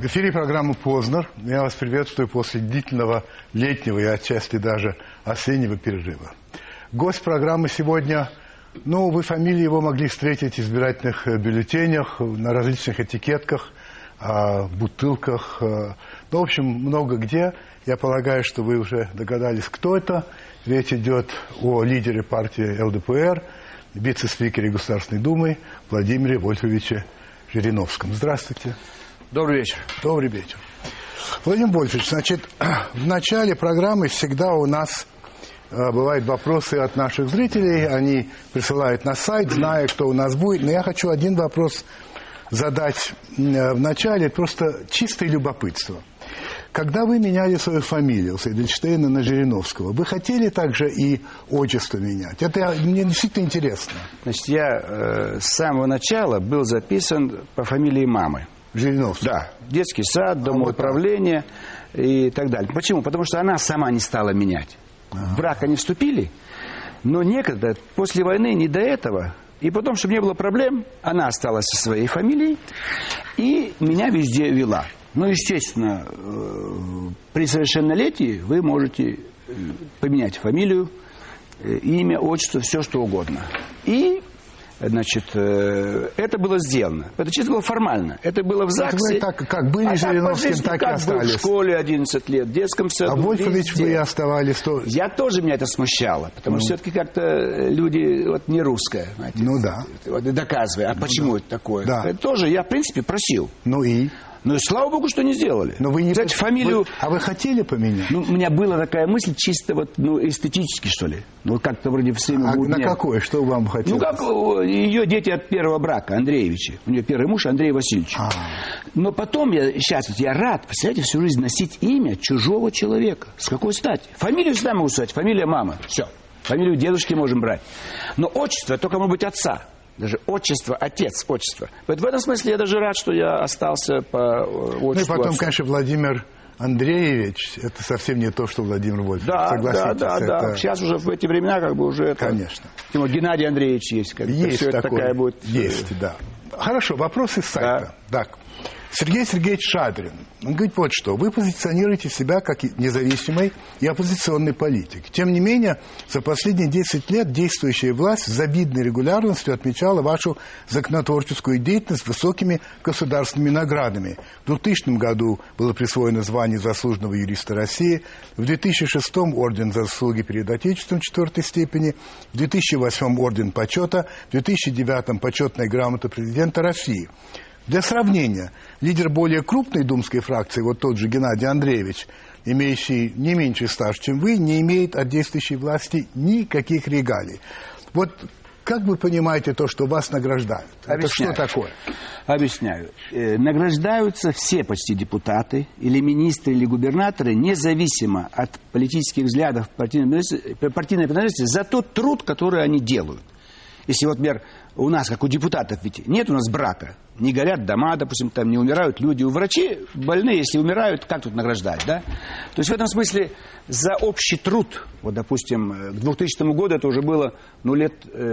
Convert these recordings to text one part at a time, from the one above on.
эфире программа «Познер». Я вас приветствую после длительного летнего и отчасти даже осеннего перерыва. Гость программы сегодня, вы фамилии его могли встретить в избирательных бюллетенях, на различных этикетках, бутылках, в общем, много где. Я полагаю, что вы уже догадались, кто это. Речь идет о лидере партии ЛДПР, вице-спикере Государственной Думы Владимире Вольфовиче Жириновском. Здравствуйте. Добрый вечер. Добрый вечер. Владимир Вольфович, значит, в начале программы всегда у нас бывают вопросы от наших зрителей. Они присылают на сайт, зная, кто у нас будет. Но я хочу один вопрос задать в начале, просто чистое любопытство. Когда вы меняли свою фамилию с Эдельштейна на Жириновского, вы хотели также и отчество менять? Это мне действительно интересно. Значит, я с самого начала был записан по фамилии мамы. Жириновский? Да. Детский сад, домоуправление и так далее. Почему? Потому что она сама не стала менять. В брак они вступили, но некогда, после войны, не до этого. И потом, чтобы не было проблем, она осталась со своей фамилией и меня везде вела. Естественно, при совершеннолетии вы можете поменять фамилию, имя, отчество, все что угодно. И, значит, это было сделано. Это чисто было формально. Это было в ЗАГСе. Вы как были Жириновским, так и остались. В школе 11 лет, в детском саду. А Вольфович вы оставались тоже. Я тоже, меня это смущало. Потому что все-таки как-то люди не русское. Знаете, да. Доказывая. А почему это такое? Да. Это тоже я, в принципе, просил. И слава богу, что не сделали. Но вы не... Кстати, фамилию... А вы хотели поменять? У меня была такая мысль, чисто эстетически, что ли. Как-то вроде всеми будут... На какое? Что вам хотелось? Как ее дети от первого брака, Андреевичи. У нее первый муж Андрей Васильевич. Но потом, я рад, представляете, всю жизнь носить имя чужого человека. С какой стати? Фамилию всегда могу сказать, фамилия мамы. Все. Фамилию дедушки можем брать. Но отчество только может быть отца. Даже отчество, отец, отчество. В этом смысле я даже рад, что я остался по отчеству. И потом, конечно, Владимир Андреевич, это совсем не то, что Владимир Вольфович. Да. Сейчас уже в эти времена уже это... Конечно. Геннадий Андреевич есть. Есть все такое. Такая будет... Есть, да. Хорошо, вопрос из сайта. Так. Сергей Сергеевич Шадрин. Он говорит вот что. Вы позиционируете себя как независимый и оппозиционный политик. Тем не менее, за последние 10 лет действующая власть с завидной регулярностью отмечала вашу законотворческую деятельность высокими государственными наградами. В 2000 году было присвоено звание заслуженного юриста России, в 2006 орден за заслуги перед Отечеством 4 степени, в 2008 орден почета, в 2009 почетная грамота президента России. Для сравнения, лидер более крупной думской фракции, вот тот же Геннадий Андреевич, имеющий не меньший стаж, чем вы, не имеет от действующей власти никаких регалий. Вот как вы понимаете то, что вас награждают? Объясняю. Это что такое? Объясняю. Награждаются все почти депутаты, или министры, или губернаторы, независимо от политических взглядов партийной принадлежности, за тот труд, который они делают. Если, например, у нас, как у депутатов, ведь нет у нас брака, не горят дома, допустим, там не умирают люди. У врачей больные, если умирают, как тут награждать, да? То есть в этом смысле за общий труд, допустим, к 2000 году это уже было, лет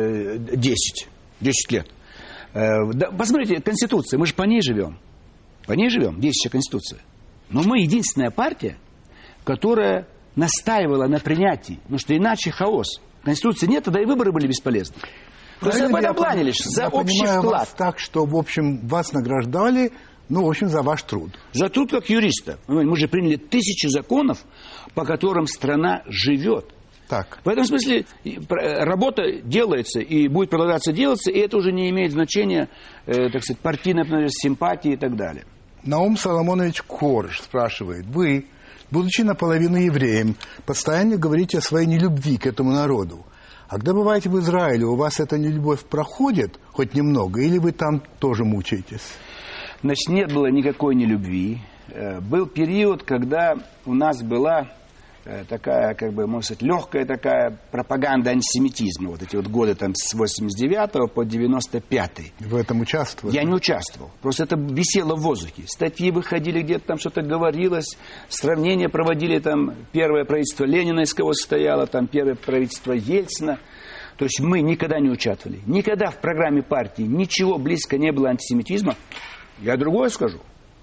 10 лет. Посмотрите, Конституция, мы же по ней живем. По ней живем, действующая Конституция. Но мы единственная партия, которая настаивала на принятии, потому что иначе хаос. Конституции нет, тогда и выборы были бесполезны. То есть в этом плане лишь за общий вклад. Вас так, что, в общем, вас награждали, за ваш труд. За труд как юриста. Мы же приняли 1000 законов, по которым страна живет. Так. В этом смысле работа делается и будет продолжаться делаться, и это уже не имеет значения, так сказать, партийной симпатии и так далее. Наум Соломонович Корж спрашивает. Вы, будучи наполовину евреем, постоянно говорите о своей нелюбви к этому народу. А когда бываете в Израиле, у вас эта нелюбовь проходит хоть немного, или вы там тоже мучаетесь? Значит, не было никакой нелюбви. Был период, когда у нас была такая, можно сказать, легкая такая пропаганда антисемитизма. Вот эти годы с 89 по 95. В этом участвовали? Я не участвовал. Просто это висело в воздухе. Статьи выходили, где-то там что-то говорилось, сравнения проводили, первое правительство Ленина из кого состояло, первое правительство Ельцина. То есть мы никогда не участвовали. Никогда в программе партии ничего близко не было антисемитизма. Я другое скажу.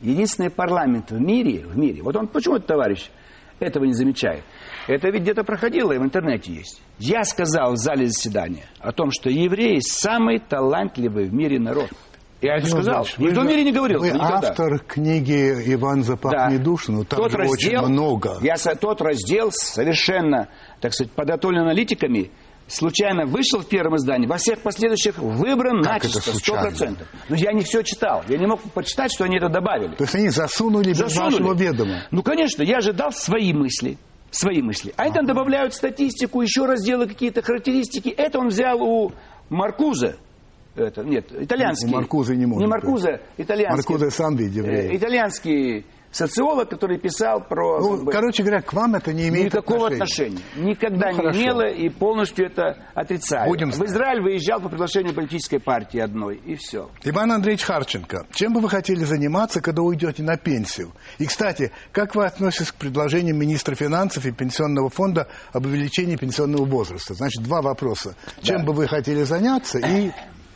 единственный парламент в мире, вот он, почему этот товарищ этого не замечает? Это ведь где-то проходило и в интернете есть. Я сказал в зале заседания о том, что евреи самый талантливый в мире народ. Я это сказал. Никто в мире не говорил. Вы никогда. Автор книги «Иван запахни душу», но там же очень много. Тот раздел совершенно, так сказать, подготовлен аналитиками, случайно вышел в первом издании, во всех последующих выбран начисто, 100%. Но я не все читал. Я не мог почитать, что они это добавили. То есть они засунули без вашего ведома? Ну, конечно, я же дал свои мысли. Они там добавляют статистику, еще разделы, какие-то характеристики. Это он взял у Маркузе. Итальянский. Маркузе не может. Не Маркузе, итальянский. Маркузе сам еврей. Итальянский социолог, который писал про... короче говоря, к вам это не имеет никакого отношения. Никогда не имело, и полностью это отрицаю. В Израиль выезжал по приглашению политической партии одной, и все. Иван Андреевич Харченко, чем бы вы хотели заниматься, когда уйдете на пенсию? И, кстати, как вы относитесь к предложениям министра финансов и Пенсионного фонда об увеличении пенсионного возраста? Значит, два вопроса. Чем бы вы хотели заняться и...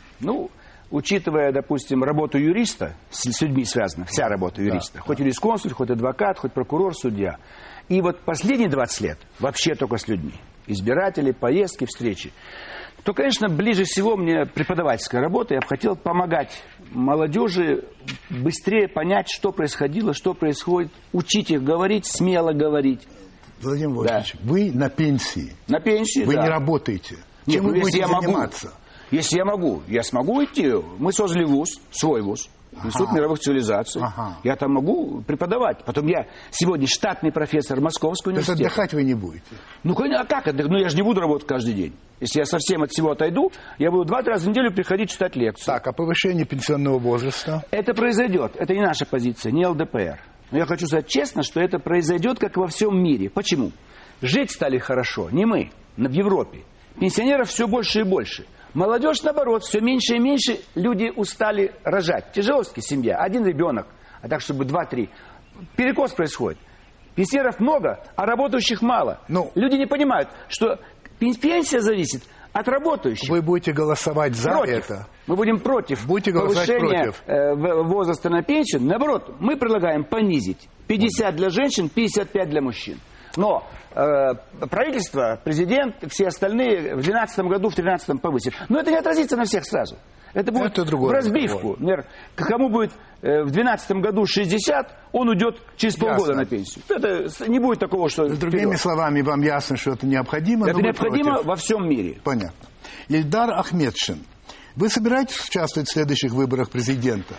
Учитывая, допустим, работу юриста, с людьми связана, вся работа юриста, хоть юрисконсульт, хоть адвокат, хоть прокурор, судья. И вот последние 20 лет вообще только с людьми. Избиратели, поездки, встречи. То, конечно, ближе всего мне преподавательская работа. Я бы хотел помогать молодежи быстрее понять, что происходило, что происходит, учить их говорить, смело говорить. Владимир Владимирович, вы на пенсии. На пенсии, Вы не работаете. Чем вы будете заниматься? Если я смогу идти. Мы создали вуз, свой вуз, Институт мировых цивилизаций. Я там могу преподавать. Потом я сегодня штатный профессор Московского университета. То есть отдыхать вы не будете? А как отдыхать? Я же не буду работать каждый день. Если я совсем от всего отойду, я буду 2-3 раза в неделю приходить читать лекции. Так, а повышение пенсионного возраста? Это произойдет. Это не наша позиция, не ЛДПР. Но я хочу сказать честно, что это произойдет, как во всем мире. Почему? Жить стали хорошо, не мы, в Европе. Пенсионеров все больше и больше. Молодежь, наоборот, все меньше и меньше, люди устали рожать. Тяжеловская семья, 1 ребенок, а так, чтобы 2-3. Перекос происходит. Пенсионеров много, а работающих мало. Люди не понимают, что пенсия зависит от работающих. Вы будете голосовать за против. это? Мы будем против повышения возраста на пенсию. Наоборот, мы предлагаем понизить. 50 для женщин, 55 для мужчин. Но правительство, президент, все остальные в 2012 году, в 2013 повысит. Но это не отразится на всех сразу. Это будет в разбивку. Например, кому будет в 2012 году 60, он уйдет через полгода на пенсию. Это не будет такого, что... Другими словами, вам ясно, что это необходимо? Это необходимо во всем мире. Понятно. Ильдар Ахметшин, вы собираетесь участвовать в следующих выборах президента?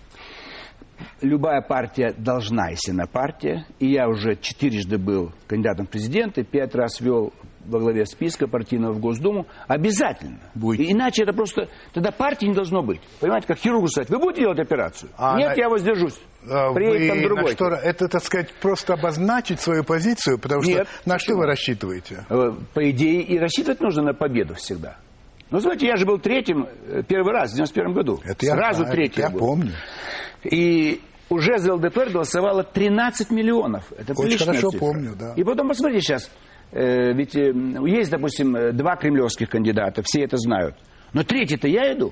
Любая партия должна, если она партия. И я уже 4-жды был кандидатом в президенты, 5 раз вел во главе списка партийного в Госдуму. Обязательно. Иначе это просто... Тогда партии не должно быть. Понимаете, как хирургу сказать, вы будете делать операцию? Нет, я воздержусь. Приедет там другой. Это, так сказать, просто обозначить свою позицию? Потому что на что вы рассчитываете? По идее, и рассчитывать нужно на победу всегда. Знаете, я же был третьим первый раз в 91 году. Сразу третьим. Я помню. И уже за ЛДПР голосовало 13 миллионов. Это очень хорошо цифра. помню, да. И потом посмотрите сейчас. Ведь есть, допустим, 2 кремлевских кандидата, все это знают. Но третий-то я иду.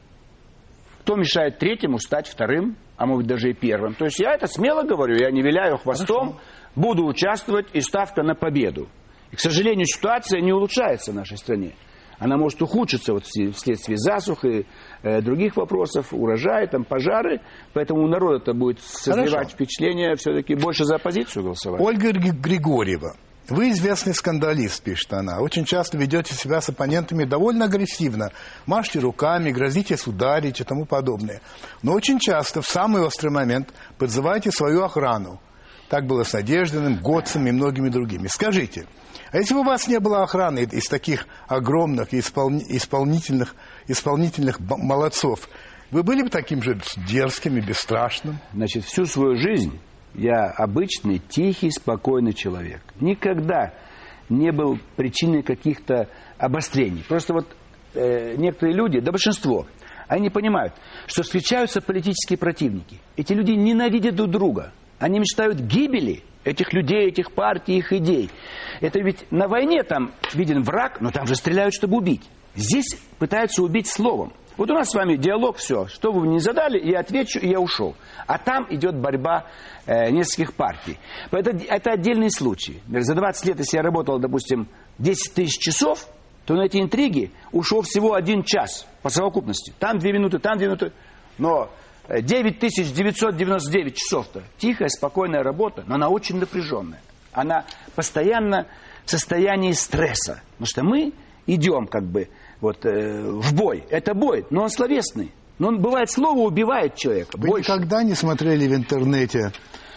Кто мешает третьему стать вторым, а может даже и первым? То есть я это смело говорю, я не виляю хвостом, буду участвовать, и ставка на победу. И, к сожалению, ситуация не улучшается в нашей стране. Она может ухудшиться вследствие засух и других вопросов, урожая, пожары. Поэтому у народа это будет созревать впечатление все-таки больше за оппозицию голосовать. Ольга Григорьева. Вы известный скандалист, пишет она. Очень часто ведете себя с оппонентами довольно агрессивно. Машете руками, грозитесь ударить и тому подобное. Но очень часто в самый острый момент подзываете свою охрану. Так было с Надеждиным, Готцем и многими другими. Скажите, а если бы у вас не было охраны из таких огромных и исполнительных молодцов, вы были бы таким же дерзким и бесстрашным? Значит, всю свою жизнь я обычный, тихий, спокойный человек. Никогда не был причиной каких-то обострений. Просто некоторые люди, да большинство, они не понимают, что встречаются политические противники. Эти люди ненавидят друг друга. Они мечтают гибели этих людей, этих партий, их идей. Это ведь на войне там виден враг, но там же стреляют, чтобы убить. Здесь пытаются убить словом. Вот у нас с вами диалог, все. Что вы мне задали, я отвечу, и я ушел. А там идет борьба нескольких партий. Это отдельный случай. За 20 лет, если я работал, допустим, 10 тысяч часов, то на эти интриги ушел всего 1 час по совокупности. Там 2 минуты, там 2 минуты. Но 9999 часов-то тихая, спокойная работа, но она очень напряженная. Она постоянно в состоянии стресса. Потому что мы идем как бы в бой. Это бой, но он словесный. Но он, бывает, слово убивает человека. Вы больше. Никогда не смотрели в интернете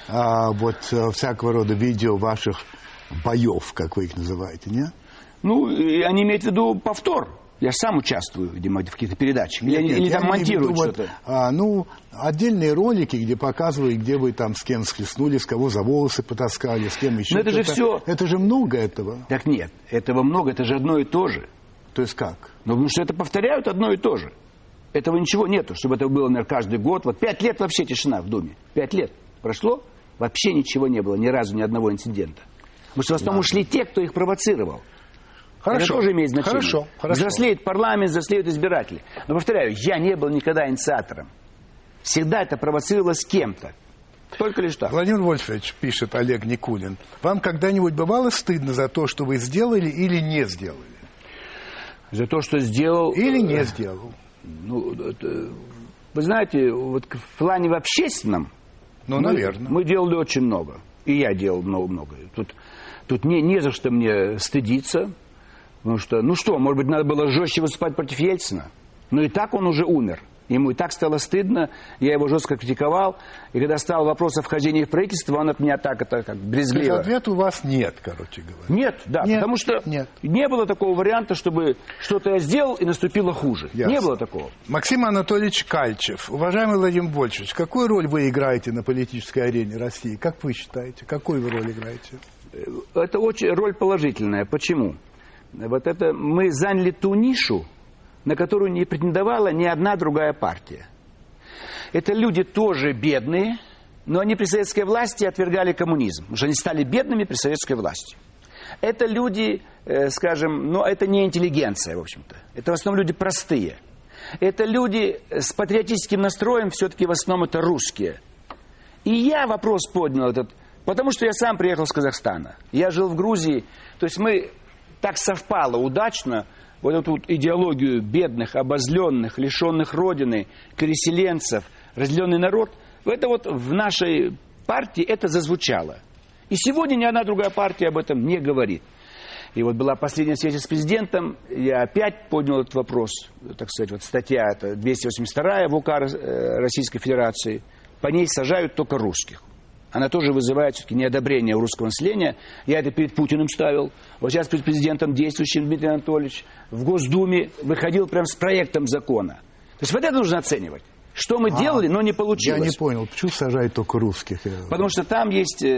всякого рода видео ваших боев, как вы их называете, нет? Ну, они имеют в виду повтор. Я сам участвую, видимо, в каких-то передачах. Или там монтируют что-то. Отдельные ролики, где показывают, где вы там с кем схлестнули, с кого за волосы потаскали, с кем еще. Но это же все... Это же много этого. Так нет, этого много, это же одно и то же. То есть как? Ну, потому что это повторяют одно и то же. Этого ничего нету, чтобы это было, наверное, каждый год. 5 лет вообще тишина в Думе. 5 лет прошло, вообще ничего не было, ни разу, ни одного инцидента. Потому что в основном ушли те, кто их провоцировал. Хорошо. Это тоже имеет значение. Хорошо. Взрослеет парламент, взрослеют избиратели. Но, повторяю, я не был никогда инициатором. Всегда это провоцировалось кем-то. Только лишь так. Владимир Вольфович, пишет Олег Никулин, вам когда-нибудь бывало стыдно за то, что вы сделали или не сделали? За то, что сделал... Или не сделал? Ну, вы знаете, вот в плане в общественном... Ну, наверное. Мы делали очень много. И я делал много. Тут не за что мне стыдиться. Потому что, может быть, надо было жестче выступать против Ельцина. Но и так он уже умер. Ему и так стало стыдно, я его жестко критиковал. И когда стал вопрос о вхождении в правительство, он от меня так как брезгливо. Ответ у вас нет, короче говоря. Нет, да, нет, потому что не было такого варианта, чтобы что-то я сделал и наступило хуже. Ясно. Не было такого. Максим Анатольевич Кальчев. Уважаемый Владимир Вольфович, какую роль вы играете на политической арене России? Как вы считаете? Какую вы роль играете? Это очень роль положительная. Почему? Мы заняли ту нишу, на которую не претендовала ни одна другая партия. Это люди тоже бедные, но они при советской власти отвергали коммунизм. Потому что они стали бедными при советской власти. Это люди, скажем, это не интеллигенция, в общем-то. Это в основном люди простые. Это люди с патриотическим настроем, все-таки в основном это русские. И я вопрос поднял потому что я сам приехал с Казахстана. Я жил в Грузии. То есть мы так совпало удачно, вот эту идеологию бедных, обозленных, лишенных родины, переселенцев, разделенный народ, это в нашей партии это зазвучало. И сегодня ни одна другая партия об этом не говорит. И была последняя встреча с президентом, я опять поднял этот вопрос, так сказать, статья 282 в УК Российской Федерации, по ней сажают только русских. Она тоже вызывает все-таки неодобрение у русского населения. Я это перед Путиным ставил. Вот сейчас перед президентом действующим Дмитрий Анатольевич в Госдуме выходил прям с проектом закона. То есть это нужно оценивать. Что мы делали, но не получилось. Я не понял, почему сажают только русских? Потому что там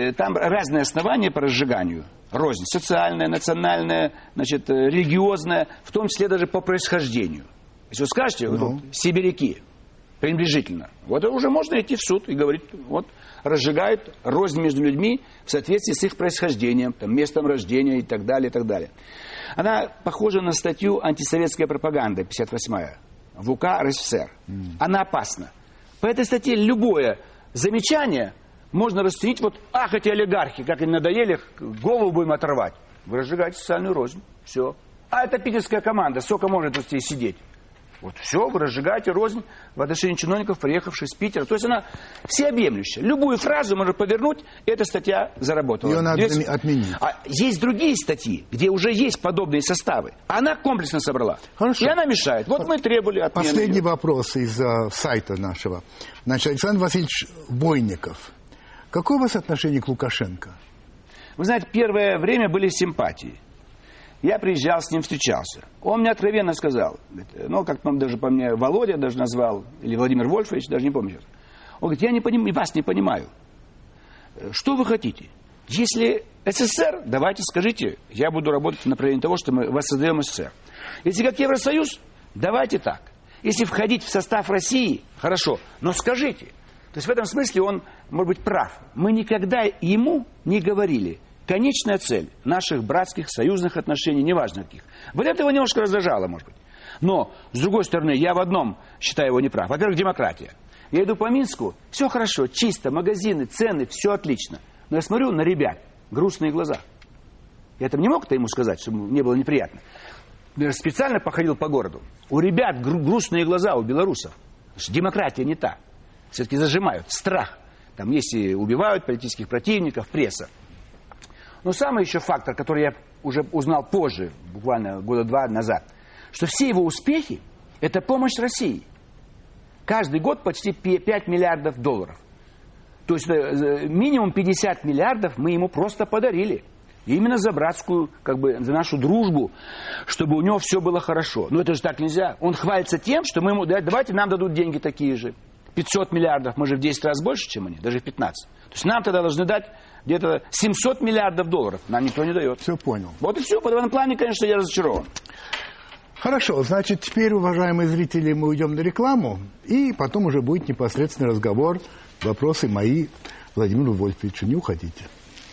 разные основания по разжиганию. Рознь. Социальная, национальная, религиозная, в том числе даже по происхождению. Если вы скажете, сибиряки, пренебрежительно, уже можно идти в суд и говорить, разжигают рознь между людьми в соответствии с их происхождением, местом рождения и так далее, и так далее. Она похожа на статью «Антисоветская пропаганда» 58-я в УК РСФСР. Она опасна. По этой статье любое замечание можно расценить эти олигархи, как им надоели, голову будем оторвать. Вы разжигаете социальную рознь. Все. А это питерская команда, сколько может здесь сидеть? Все, вы разжигаете рознь в отношении чиновников, приехавших из Питера. То есть она всеобъемлющая. Любую фразу можно повернуть, и эта статья заработала. Ее надо отменить. А есть другие статьи, где уже есть подобные составы. Она комплексно собрала. Хорошо. И она мешает. Мы требовали отмены. Последний вопрос из сайта нашего. Александр Васильевич Бойников. Какое у вас отношение к Лукашенко? Вы знаете, первое время были симпатии. Я приезжал, с ним встречался. Он мне откровенно сказал, как даже по мне Володя даже назвал, или Владимир Вольфович, даже не помню. Он говорит, я вас не понимаю. Что вы хотите? Если СССР, давайте скажите, я буду работать в направлении того, что мы воссоздаем СССР. Если как Евросоюз, давайте так. Если входить в состав России, хорошо, но скажите. То есть в этом смысле он, может быть, прав. Мы никогда ему не говорили, конечная цель наших братских, союзных отношений, неважно каких. Это его немножко раздражало, может быть. Но, с другой стороны, я в одном считаю его неправ. Во-первых, демократия. Я иду по Минску, все хорошо, чисто, магазины, цены, все отлично. Но я смотрю на ребят, грустные глаза. Я это не мог-то ему сказать, чтобы не было неприятно. Я специально походил по городу. У ребят грустные глаза, у белорусов. Демократия не та. Все-таки зажимают. Страх. Там есть и убивают политических противников, пресса. Но самый еще фактор, который я уже узнал позже, буквально года 2 назад, что все его успехи – это помощь России. Каждый год почти 5 миллиардов долларов. То есть минимум 50 миллиардов мы ему просто подарили. И именно за братскую, за нашу дружбу, чтобы у него все было хорошо. Но это же так нельзя. Он хвалится тем, что мы ему, давайте нам дадут деньги такие же. 500 миллиардов, мы же в 10 раз больше, чем они, даже в 15. То есть нам тогда должны дать где-то 700 миллиардов долларов. Нам никто не дает. Все понял. Вот и все. В этом плане, конечно, я разочарован. Хорошо, значит, теперь, уважаемые зрители, мы уйдем на рекламу, и потом уже будет непосредственный разговор, вопросы мои Владимиру Вольфовичу. Не уходите.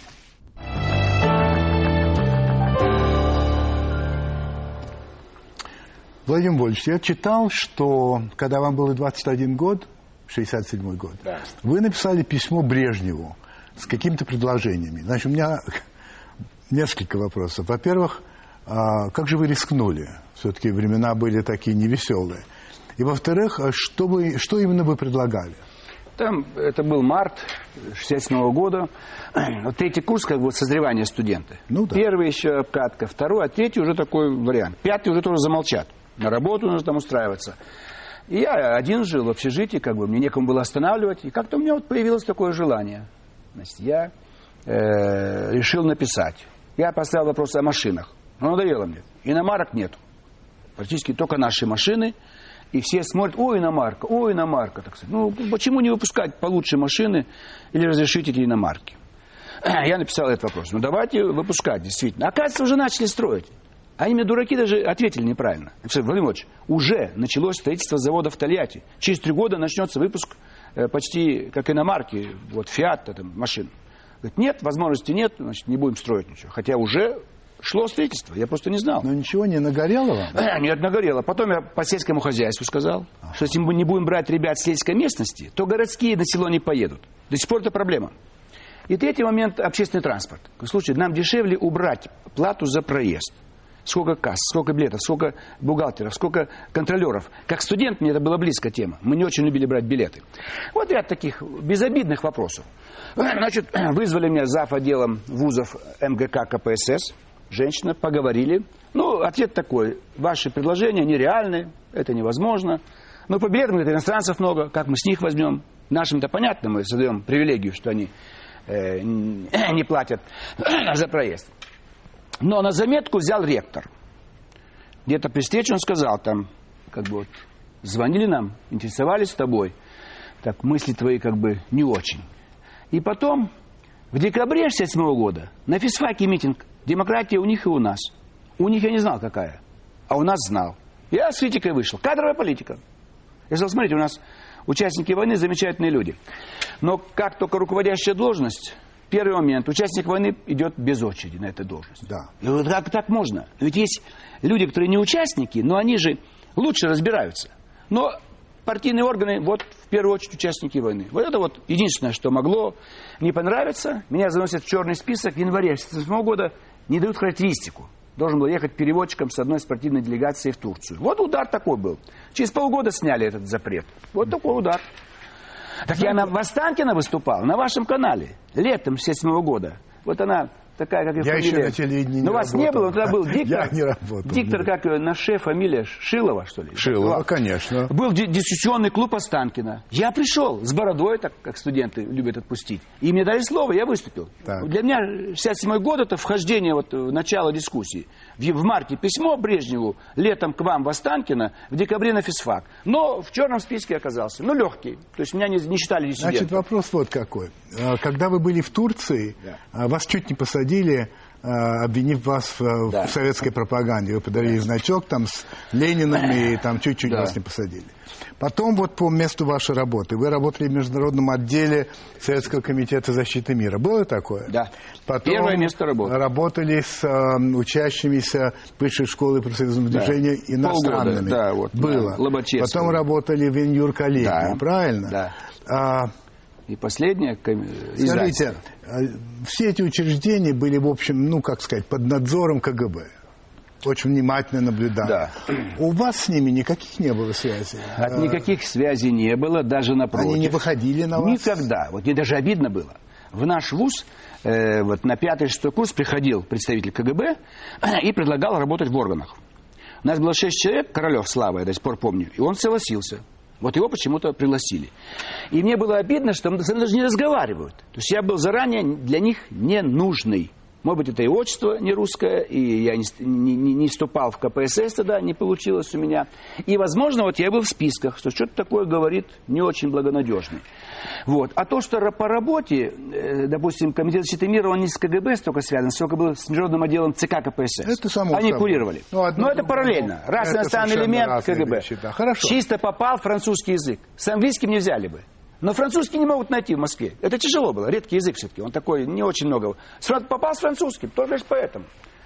Владимир Вольфович, я читал, что когда вам было 21 год, 67-й год, да, вы написали письмо Брежневу с какими-то предложениями. Значит, у меня несколько вопросов. Во-первых, как же вы рискнули? Все-таки времена были такие невеселые. И во-вторых, что именно вы предлагали? Там, это был март 67-го года. Вот третий курс, созревание студента. Ну, да. Первый еще обкатка, второй, а третий уже такой вариант. Пятый уже тоже замолчат. На работу нужно там устраиваться. И я один жил в общежитии, мне некому было останавливать. И как-то у меня появилось такое желание. Значит, я решил написать. Я поставил вопрос о машинах. Но надоело мне. Иномарок нету. Практически только наши машины. И все смотрят, ой, иномарка. Так сказать. Ну, почему не выпускать получше машины или разрешить эти иномарки? Я написал этот вопрос. Ну, давайте выпускать, действительно. Оказывается, уже начали строить. А именно дураки даже ответили неправильно. Владимир Владимирович, уже началось строительство завода в Тольятти. Через 3 года начнется выпуск почти как иномарки, Фиат, машин. Говорит, нет, возможности нет, значит, не будем строить ничего. Хотя уже шло строительство, я просто не знал. Но ничего не нагорело вам? Нет, нагорело. Потом я по сельскому хозяйству сказал, что если мы не будем брать ребят с сельской местности, то городские на село не поедут. До сих пор это проблема. И третий момент – общественный транспорт. Слушайте, нам дешевле убрать плату за проезд. Сколько касс, сколько билетов, сколько бухгалтеров, сколько контролеров. Как студент мне это была близкая тема. Мы не очень любили брать билеты. Вот ряд таких безобидных вопросов. Значит, вызвали меня зав. Отделом вузов МГК КПСС. Женщина, поговорили. Ну, ответ такой. Ваши предложения нереальны, это невозможно. Но по билетам, говорит, иностранцев много. Как мы с них возьмем? Нашим-то понятно, мы создаем привилегию, что они не платят за проезд. Но на заметку взял ректор. Где-то при встрече он сказал, звонили нам, интересовались тобой. Так, мысли твои не очень. И потом, в декабре 1967 года, на физфаке митинг. Демократия у них и у нас. У них я не знал, какая. А у нас знал. Я с критикой вышел. Кадровая политика. Я сказал, смотрите, у нас участники войны замечательные люди. Но как только руководящая должность... Первый момент. Участник войны идет без очереди на эту должность. Да. И вот как так можно? Ведь есть люди, которые не участники, но они же лучше разбираются. Но партийные органы, в первую очередь, участники войны. Вот это единственное, что могло не понравиться. Меня заносят в черный список. В январе 1967 года не дают характеристику. Должен был ехать переводчиком с одной спортивной делегацией в Турцию. Вот удар такой был. Через полгода сняли этот запрет. Вот такой удар. Так я в Останкино выступал, на вашем канале, летом 1967 года. Вот она такая, как и я фамилия. Еще на телевидении но вас не было, тогда был диктор. Я не работал. Диктор, как на шеф, фамилия Шилова, что ли? Шилова, конечно. Был дискуссионный клуб Останкино. Я пришел с бородой, так как студенты любят отпустить. И мне дали слово, я выступил. Так. Для меня 1967 год это вхождение в начало дискуссии. В марте письмо Брежневу, летом к вам в Останкино, в декабре на физфак. Но в черном списке оказался. Ну, легкий. То есть меня не считали диссидентом. Значит, вопрос вот какой. Когда вы были в Турции, вас чуть не посадили обвинив вас в советской пропаганде. Вы подарили значок там с Лениным и там чуть-чуть вас не посадили. Потом вот по месту вашей работы. Вы работали в международном отделе Советского комитета защиты мира. Было такое? Да. Потом первое место работы. Работали с учащимися высшей школы профсоюзного движения иностранными. Да, вот. Было. Лобачевского. Потом работали в Инюр-коллегии, правильно? Да. И последнее Скажите, все эти учреждения были, в общем, ну, как сказать, под надзором КГБ. Очень внимательно наблюдали. Да. У вас с ними никаких не было связей? Никаких связей не было, даже напротив. Они не выходили на вас? Никогда. Вот мне даже обидно было. В наш вуз вот на 5-6 курс приходил представитель КГБ и предлагал работать в органах. У нас было 6 человек, Королев Слава, я до сих пор помню, и он согласился. Вот его почему-то пригласили. И мне было обидно, что со мной даже не разговаривают. То есть я был заранее для них ненужный. Может быть, это и отчество не русское, и я не вступал в КПСС тогда, не получилось у меня. И, возможно, вот я был в списках, что что-то такое говорит не очень благонадежный. Вот. А то, что по работе, допустим, Комитет защиты мира, он не с КГБ столько связан, сколько был с международным отделом ЦК КПСС. Это само Они курировали. Но это параллельно. Раз иностранный элемент КГБ. Вещи, да. Хорошо. Чисто попал в французский язык. С английским не взяли бы. Но французский не могут найти в Москве. Это тяжело было, редкий язык все-таки. Он такой, не очень много. Попал с французским, тоже лишь поэтому.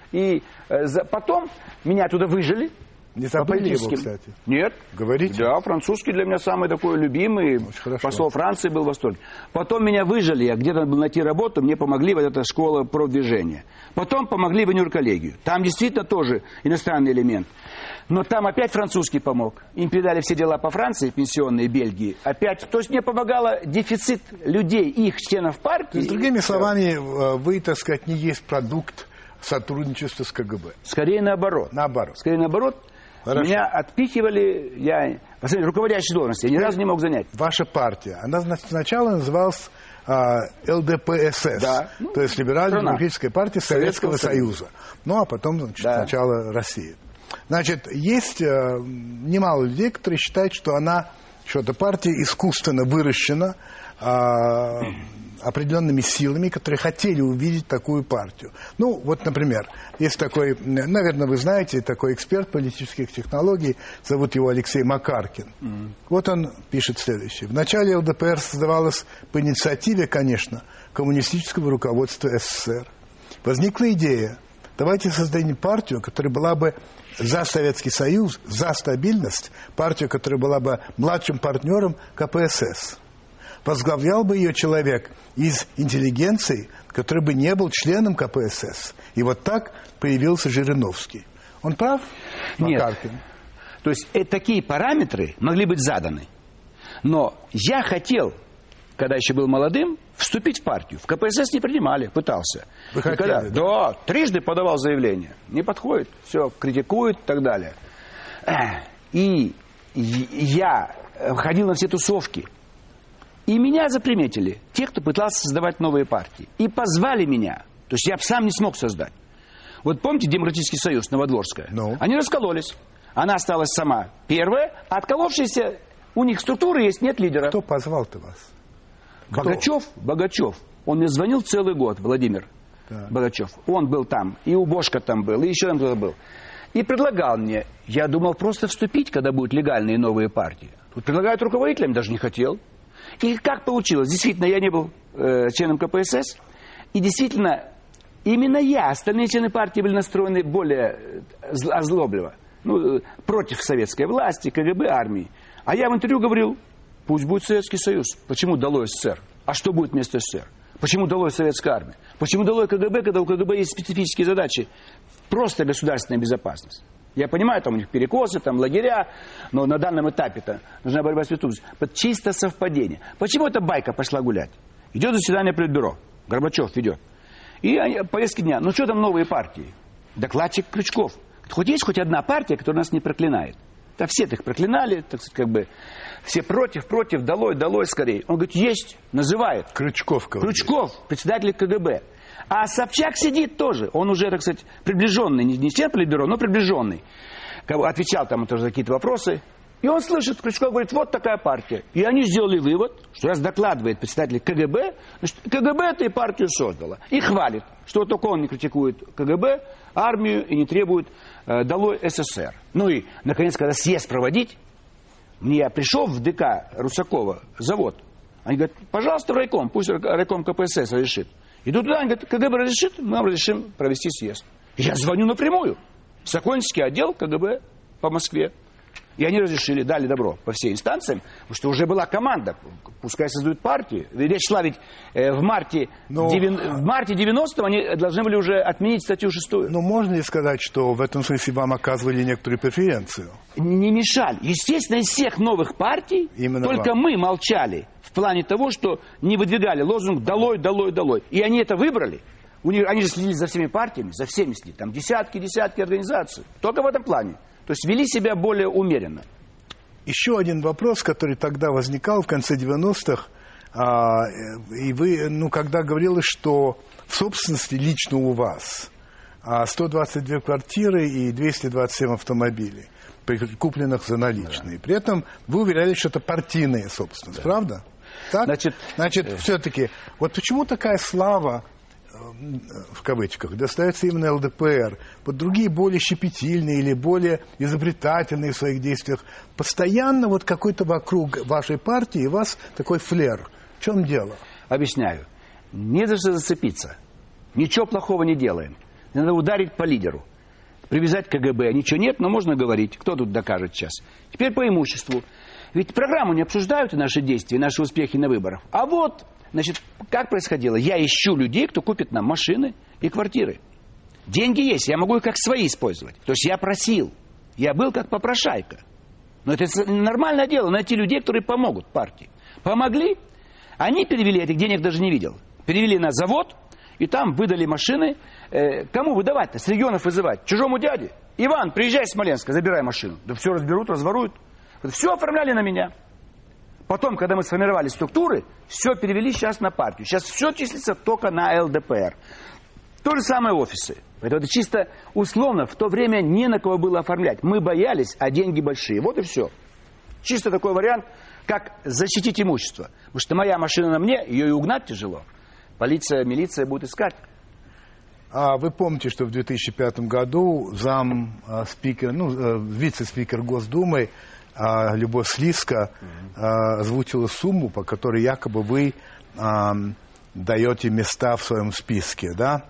И потом меня туда выжили. Не забыли его, кстати? Нет. Говорите? Да, французский для меня самый такой любимый. Посол Франции был в восторге. Потом меня выжили, я где-то был найти работу, мне помогли вот эта школа продвижения. Потом помогли в Инюр-коллегию. Там действительно тоже иностранный элемент. Но там опять французский помог. Им передали все дела по Франции, пенсионные, Бельгии. Опять, то есть мне помогало дефицит людей, их членов партии. С другими словами, вы, так сказать, не есть продукт сотрудничества с КГБ. Скорее наоборот. Скорее наоборот. Хорошо. Меня отпихивали, я руководящей должности, я ни разу не мог занять. Ваша партия, она сначала называлась ЛДПСС, да. То есть Либерально-демократическая партия Советского Союза. Ну, а потом, значит, сначала Россия. Значит, есть немало людей, которые считают, что эта партия искусственно выращена определенными силами, которые хотели увидеть такую партию. Ну, вот, например, есть такой, наверное, вы знаете, такой эксперт политических технологий, зовут его Алексей Макаркин. Вот он пишет следующее. В начале ЛДПР создавалась по инициативе, конечно, коммунистического руководства СССР. Возникла идея, давайте создадим партию, которая была бы за Советский Союз, за стабильность, партию, которая была бы младшим партнером КПСС. Возглавлял бы ее человек из интеллигенции, который бы не был членом КПСС. И вот так появился Жириновский. Он прав, Макаркин? Нет. То есть такие параметры могли быть заданы. Но я хотел, когда еще был молодым, вступить в партию. В КПСС не принимали, пытался. Вы хотели? Да, трижды подавал заявление. Не подходит, все, критикуют и так далее. И я ходил на все тусовки. И меня заприметили те, кто пытался создавать новые партии. И позвали меня. То есть я сам не смог создать. Вот помните Демократический союз, Новодворская? Они раскололись. Она осталась сама первая, а отколовшиеся, у них структуры есть, нет лидера. Кто позвал-то вас? Богачев. Он мне звонил целый год, Владимир Богачев. Он был там, и у Бошка там был, и еще там кто-то был. И предлагал мне, я думал просто вступить, когда будут легальные новые партии. Тут предлагают руководителям, даже не хотел. И как получилось? Действительно, я не был членом КПСС. И действительно, именно я, остальные члены партии были настроены более озлобливо. Против советской власти, КГБ, армии. А я в интервью говорил, пусть будет Советский Союз. Почему долой СССР? А что будет вместо СССР? Почему долой Советская армия? Почему долой КГБ, когда у КГБ есть специфические задачи? Просто государственная безопасность. Я понимаю, там у них перекосы, там лагеря, но на данном этапе-то нужна борьба с преступностью. Чисто совпадение. Почему эта байка пошла гулять? Идет заседание Политбюро, Горбачев ведет. И повестки дня. Что там новые партии? Докладчик Крючков. Хоть есть хоть одна партия, которая нас не проклинает? Да все их проклинали, так сказать, все против, долой скорее. Он говорит, есть, называет. Крючков, председатель КГБ. А Собчак сидит тоже. Он уже, так сказать, приближенный, не член Политбюро, но приближенный. Отвечал там тоже на какие-то вопросы. И он слышит, Крючков говорит, вот такая партия. И они сделали вывод, что раз докладывает представитель КГБ, значит, КГБ эту партию создала. И хвалит, что только он не критикует КГБ, армию и не требует долой СССР. Ну и, наконец, когда съезд проводить, я пришел в ДК Русакова, завод. Они говорят, пожалуйста, в райком, пусть райком КПСС разрешит. Иду туда, они говорят, КГБ разрешит, мы вам разрешим провести съезд. Я звоню напрямую. Сокольнический отдел КГБ по Москве. И они разрешили, дали добро по всей инстанциям, потому что уже была команда, пускай создают партию. Речь шла ведь в марте 90-го они должны были уже отменить статью 6. Ну, можно ли сказать, что в этом смысле вам оказывали некоторую преференцию? Не мешали. Естественно, из всех новых партий именно только мы молчали в плане того, что не выдвигали лозунг «долой, долой, долой». И они это выбрали. Они же следили за всеми партиями, за всеми следили. Там десятки организаций. Только в этом плане. То есть вели себя более умеренно. Еще один вопрос, который тогда возникал в конце 90-х. И вы, когда говорилось, что в собственности лично у вас 122 квартиры и 227 автомобилей, купленных за наличные. При этом вы уверяли, что это партийная собственность, правда? Так? Значит, все-таки, вот почему такая слава, в кавычках, достается именно ЛДПР, вот другие более щепетильные или более изобретательные в своих действиях, постоянно вот какой-то вокруг вашей партии и вас такой флер. В чем дело? Объясняю. Не за что зацепиться. Ничего плохого не делаем. Надо ударить по лидеру. Привязать к КГБ. Ничего нет, но можно говорить. Кто тут докажет сейчас? Теперь по имуществу. Ведь программу не обсуждают и наши действия, и наши успехи на выборах. А вот, значит, как происходило? Я ищу людей, кто купит нам машины и квартиры. Деньги есть, я могу их как свои использовать. То есть я просил. Я был как попрошайка. Но это нормальное дело, найти людей, которые помогут партии. Помогли? Они перевели, этих денег даже не видел. Перевели на завод, и там выдали машины. Кому выдавать-то? С регионов вызывать? Чужому дяде? Иван, приезжай из Смоленска, забирай машину. Да все разберут, разворуют. Все оформляли на меня. Потом, когда мы сформировали структуры, все перевели сейчас на партию. Сейчас все числится только на ЛДПР. То же самое офисы. Это чисто условно. В то время не на кого было оформлять. Мы боялись, а деньги большие. Вот и все. Чисто такой вариант, как защитить имущество. Потому что моя машина на мне, ее и угнать тяжело. Полиция, милиция будут искать. А вы помните, что в 2005 году вице-спикер Госдумы Любовь Слизко озвучила сумму, по которой якобы вы даете места в своем списке, да?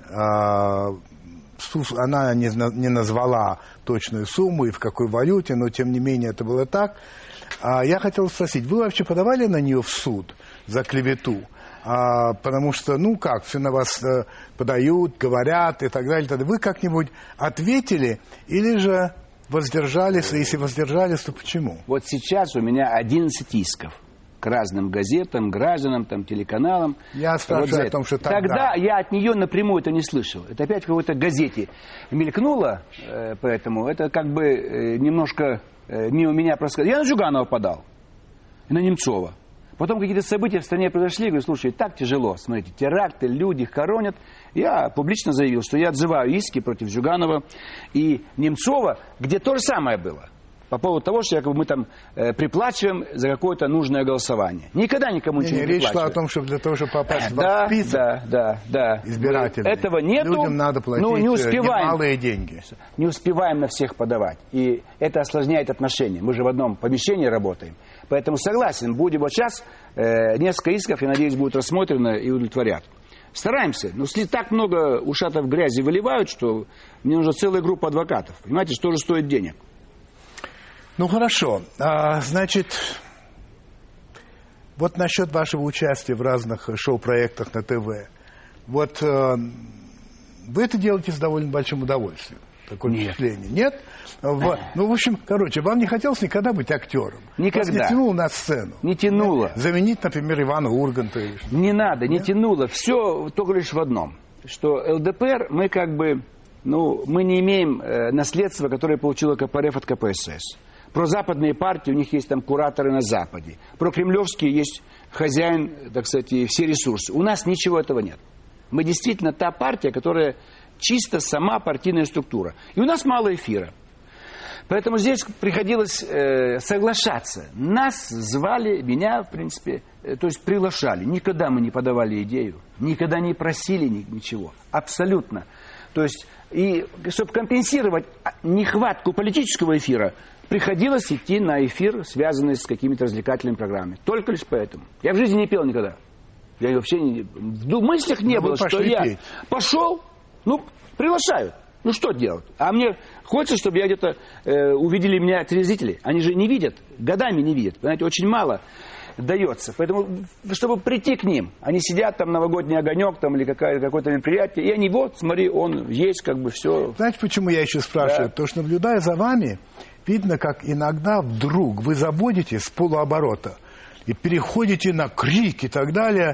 Она не назвала точную сумму и в какой валюте, но тем не менее это было так. Я хотел спросить, вы вообще подавали на нее в суд за клевету? Потому что, все на вас подают, говорят и так далее. Вы как-нибудь ответили или же воздержались? Если воздержались, то почему? Вот сейчас у меня 11 исков к разным газетам, гражданам, телеканалам. Я спрашиваю о том, что тогда я от нее напрямую это не слышал. Это опять в какой-то газете мелькнуло, поэтому это как бы немножко мимо меня проскочило. Я на Зюганова подал, и на Немцова. Потом какие-то события в стране произошли, я говорю, слушай, так тяжело, смотрите, теракты, люди хоронят. Я публично заявил, что я отзываю иски против Зюганова и Немцова, где то же самое было. По поводу того, что якобы мы там приплачиваем за какое-то нужное голосование. Никогда никому ничего не приплачиваем. Речь шла о том, что для того, чтобы попасть в список избирателей, этого нету, людям надо платить немалые деньги. Не успеваем на всех подавать. И это осложняет отношения. Мы же в одном помещении работаем. Поэтому согласен, будем вот сейчас, несколько исков, я надеюсь, будут рассмотрены и удовлетворят. Стараемся. Но если так много ушатов грязи выливают, что мне нужна целая группа адвокатов. Понимаете, что же стоит денег. Хорошо. Значит, вот насчет вашего участия в разных шоу-проектах на ТВ. Вот вы это делаете с довольно большим удовольствием. Такое впечатление. Нет? В общем, вам не хотелось никогда быть актером? Никогда. Вас не тянуло на сцену? Не тянуло. Заменить, например, Ивана Урганта? Не надо, не тянуло. Все только лишь в одном. Что ЛДПР, мы мы не имеем наследства, которое получила КПРФ от КПСС. Про западные партии, у них есть там кураторы на Западе. Про кремлевские есть хозяин, так сказать, и все ресурсы. У нас ничего этого нет. Мы действительно та партия, которая чисто сама партийная структура. И у нас мало эфира. Поэтому здесь приходилось соглашаться. Нас звали, меня, в принципе, то есть приглашали. Никогда мы не подавали идею, никогда не просили ничего. Абсолютно. То есть, и чтобы компенсировать нехватку политического эфира, приходилось идти на эфир, связанный с какими-то развлекательными программами. Только лишь поэтому. Я в жизни не пел никогда. Я вообще в мыслях не было, что я пошел, приглашают. Ну, что делать? А мне хочется, чтобы я где-то увидели меня телезрители. Они же не видят, годами не видят. Понимаете, очень мало дается. Поэтому, чтобы прийти к ним, они сидят там, новогодний огонек там, или какое-то мероприятие, и они, вот, смотри, он есть, как бы все. Знаете, почему я еще спрашиваю? Да. Потому что, наблюдая за вами, видно, как иногда вдруг вы заводите с полуоборота и переходите на крик и так далее.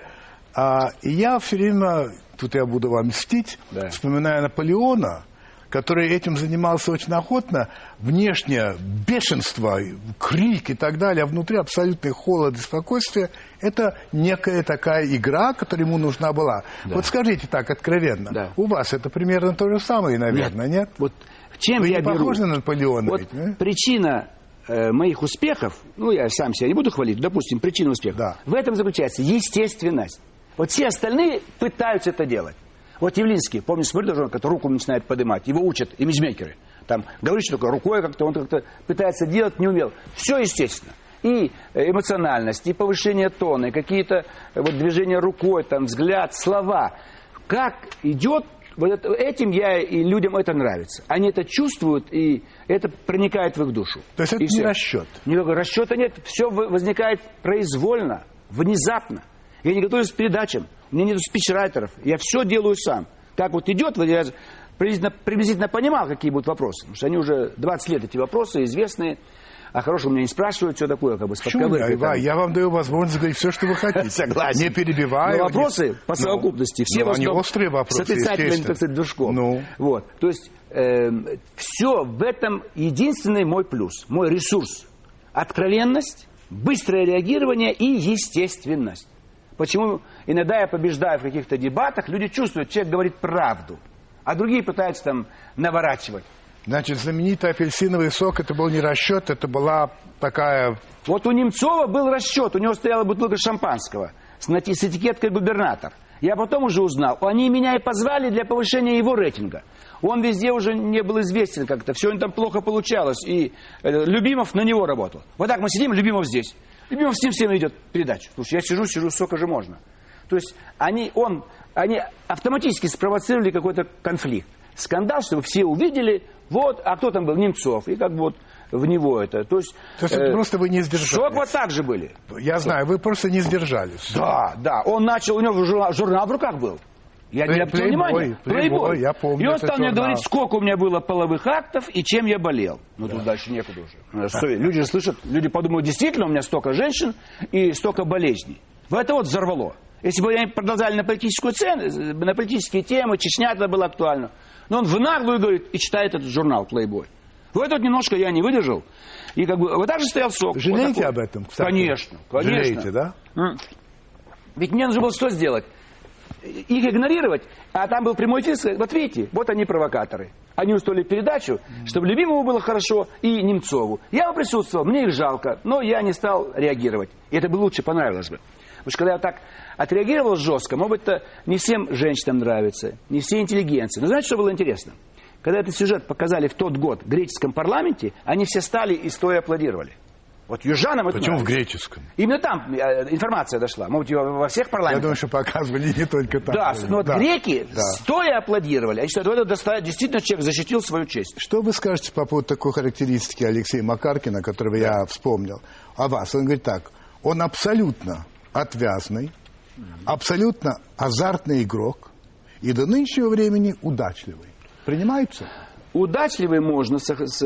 И я все время, тут я буду вам мстить, вспоминая Наполеона, который этим занимался очень охотно, внешнее бешенство, крик и так далее, а внутри абсолютный холод и спокойствие, это некая такая игра, которая ему нужна была. Да. Вот скажите так откровенно, у вас это примерно то же самое, наверное, нет? Вот чем вы я не похожи на Наполеона? Вот ведь, причина моих успехов, я сам себя не буду хвалить, допустим, причина успеха, в этом заключается естественность. Вот все остальные пытаются это делать. Вот Явлинский, помню, смотрю, даже который руку начинает поднимать, его учат имиджмейкеры. Там говорит, что такое рукой как-то, он как-то пытается делать, не умел. Все естественно. И эмоциональность, и повышение тона, и какие-то движения рукой, там, взгляд, слова. Как идет, этим и людям это нравится. Они это чувствуют, и это проникает в их душу. То есть это не расчет? Расчета нет, все возникает произвольно, внезапно. Я не готовлюсь к передачам, у меня нет спичрайтеров, я все делаю сам. Как вот идет, я приблизительно понимал, какие будут вопросы, потому что они уже 20 лет, эти вопросы, известные, а хорошего меня не спрашивают, все такое, как бы, с подковыркой. Я вам даю возможность говорить все, что вы хотите. Согласен. Не перебиваю. Но вопросы по совокупности, все в основном острые вопросы, с отрицательным, так сказать, душком. Вот. То есть, все в этом единственный мой плюс, мой ресурс. Откровенность, быстрое реагирование и естественность. Почему иногда я побеждаю в каких-то дебатах, люди чувствуют, человек говорит правду, а другие пытаются там наворачивать. Значит, знаменитый апельсиновый сок, это был не расчет, это была такая... Вот у Немцова был расчет, у него стояла бутылка шампанского с этикеткой «Губернатор». Я потом уже узнал, они меня и позвали для повышения его рейтинга. Он везде уже не был известен как-то, все у него там плохо получалось, и Любимов на него работал. Вот так мы сидим, Любимов здесь. Любимов с ним всем идет передачу. Слушай, я сижу, сколько же можно. То есть они автоматически спровоцировали какой-то конфликт. Скандал, чтобы все увидели, а кто там был? Немцов. И как бы вот в него это. То есть это просто вы не сдержались. Шок вот так же были. Я знаю, вы просто не сдержались. Да. Он начал, у него журнал в руках был. Я не обратил внимания. Плейбой, я помню. И он стал мне говорить, сколько у меня было половых актов и чем я болел. Тут дальше некуда уже. Люди же слышат, люди подумают, действительно у меня столько женщин и столько болезней. Это вот взорвало. Если бы они продолжали на политические темы, Чечня это было актуально. Но он в наглую говорит и читает этот журнал Playboy. Вот немножко я не выдержал. И как бы вот так же стоял сок. Жалеете об этом? Кстати? Конечно. Жалеете, да? Ведь мне нужно было что сделать? Их игнорировать, а там был прямой эфир, вот видите, вот они провокаторы. Они устроили передачу, чтобы Любимову было хорошо и Немцову. Я присутствовал, мне их жалко, но я не стал реагировать. И это бы лучше понравилось бы. Потому что когда я так отреагировал жестко, может быть, это не всем женщинам нравится, не все интеллигенции. Но знаете, что было интересно? Когда этот сюжет показали в тот год в греческом парламенте, они все стали и стоя аплодировали. Вот южанам это Почему нравится. В греческом? Именно там информация дошла. Может, во всех парламентах. Я думаю, что показывали не только там. Да, но греки стоя аплодировали. Я считаю, это действительно человек защитил свою честь. Что вы скажете по поводу такой характеристики Алексея Макаркина, которого я вспомнил, о вас? Он говорит так, он абсолютно отвязный, абсолютно азартный игрок и до нынешнего времени удачливый. Принимается? Удачливый можно,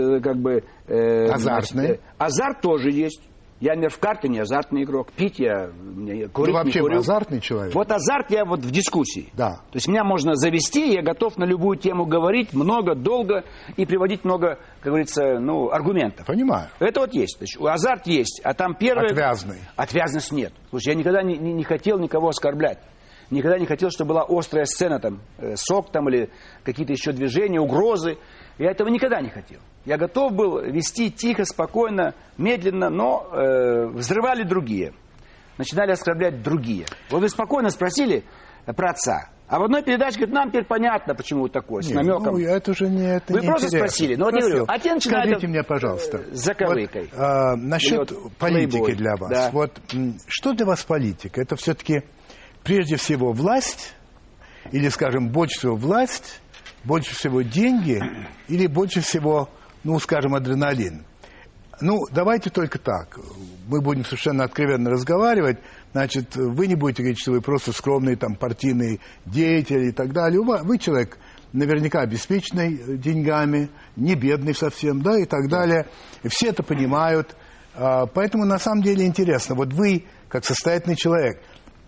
азартный. Азарт тоже есть. Я, например, в карты не азартный игрок. Пить я курить вообще не курю. Азартный человек. Вот азарт я в дискуссии. Да. То есть меня можно завести, я готов на любую тему говорить много, долго и приводить много, как говорится, аргументов. Понимаю. Это вот есть. То есть азарт есть, а там первое... Отвязный. Отвязность нет. Слушай, я никогда не хотел никого оскорблять. Никогда не хотел, чтобы была острая сцена, там, сок там или какие-то еще движения, угрозы. Я этого никогда не хотел. Я готов был вести тихо, спокойно, медленно, но взрывали другие. Начинали оскорблять другие. Вот вы спокойно спросили про отца. А в одной передаче говорит, нам теперь понятно, почему вы такой, с намеком. Ну, это уже не это. Вы не просто интересно. спросили. Ну, вот я говорю, а те начинают... Скажите мне, пожалуйста. Заковыкой. Вот, насчет политики плейбой. для вас. Да. Вот, что для вас политика? Это все-таки прежде всего власть? Или, скажем, больше всего власть, больше всего деньги? Или больше всего, ну, скажем, адреналин? Ну, давайте только так. Мы будем совершенно откровенно разговаривать. Значит, вы не будете говорить, что вы просто скромный там партийный деятель и так далее. Вы человек наверняка обеспеченный деньгами, не бедный совсем, да, и так далее. И все это понимают. Поэтому на самом деле интересно. Вот вы, как состоятельный человек,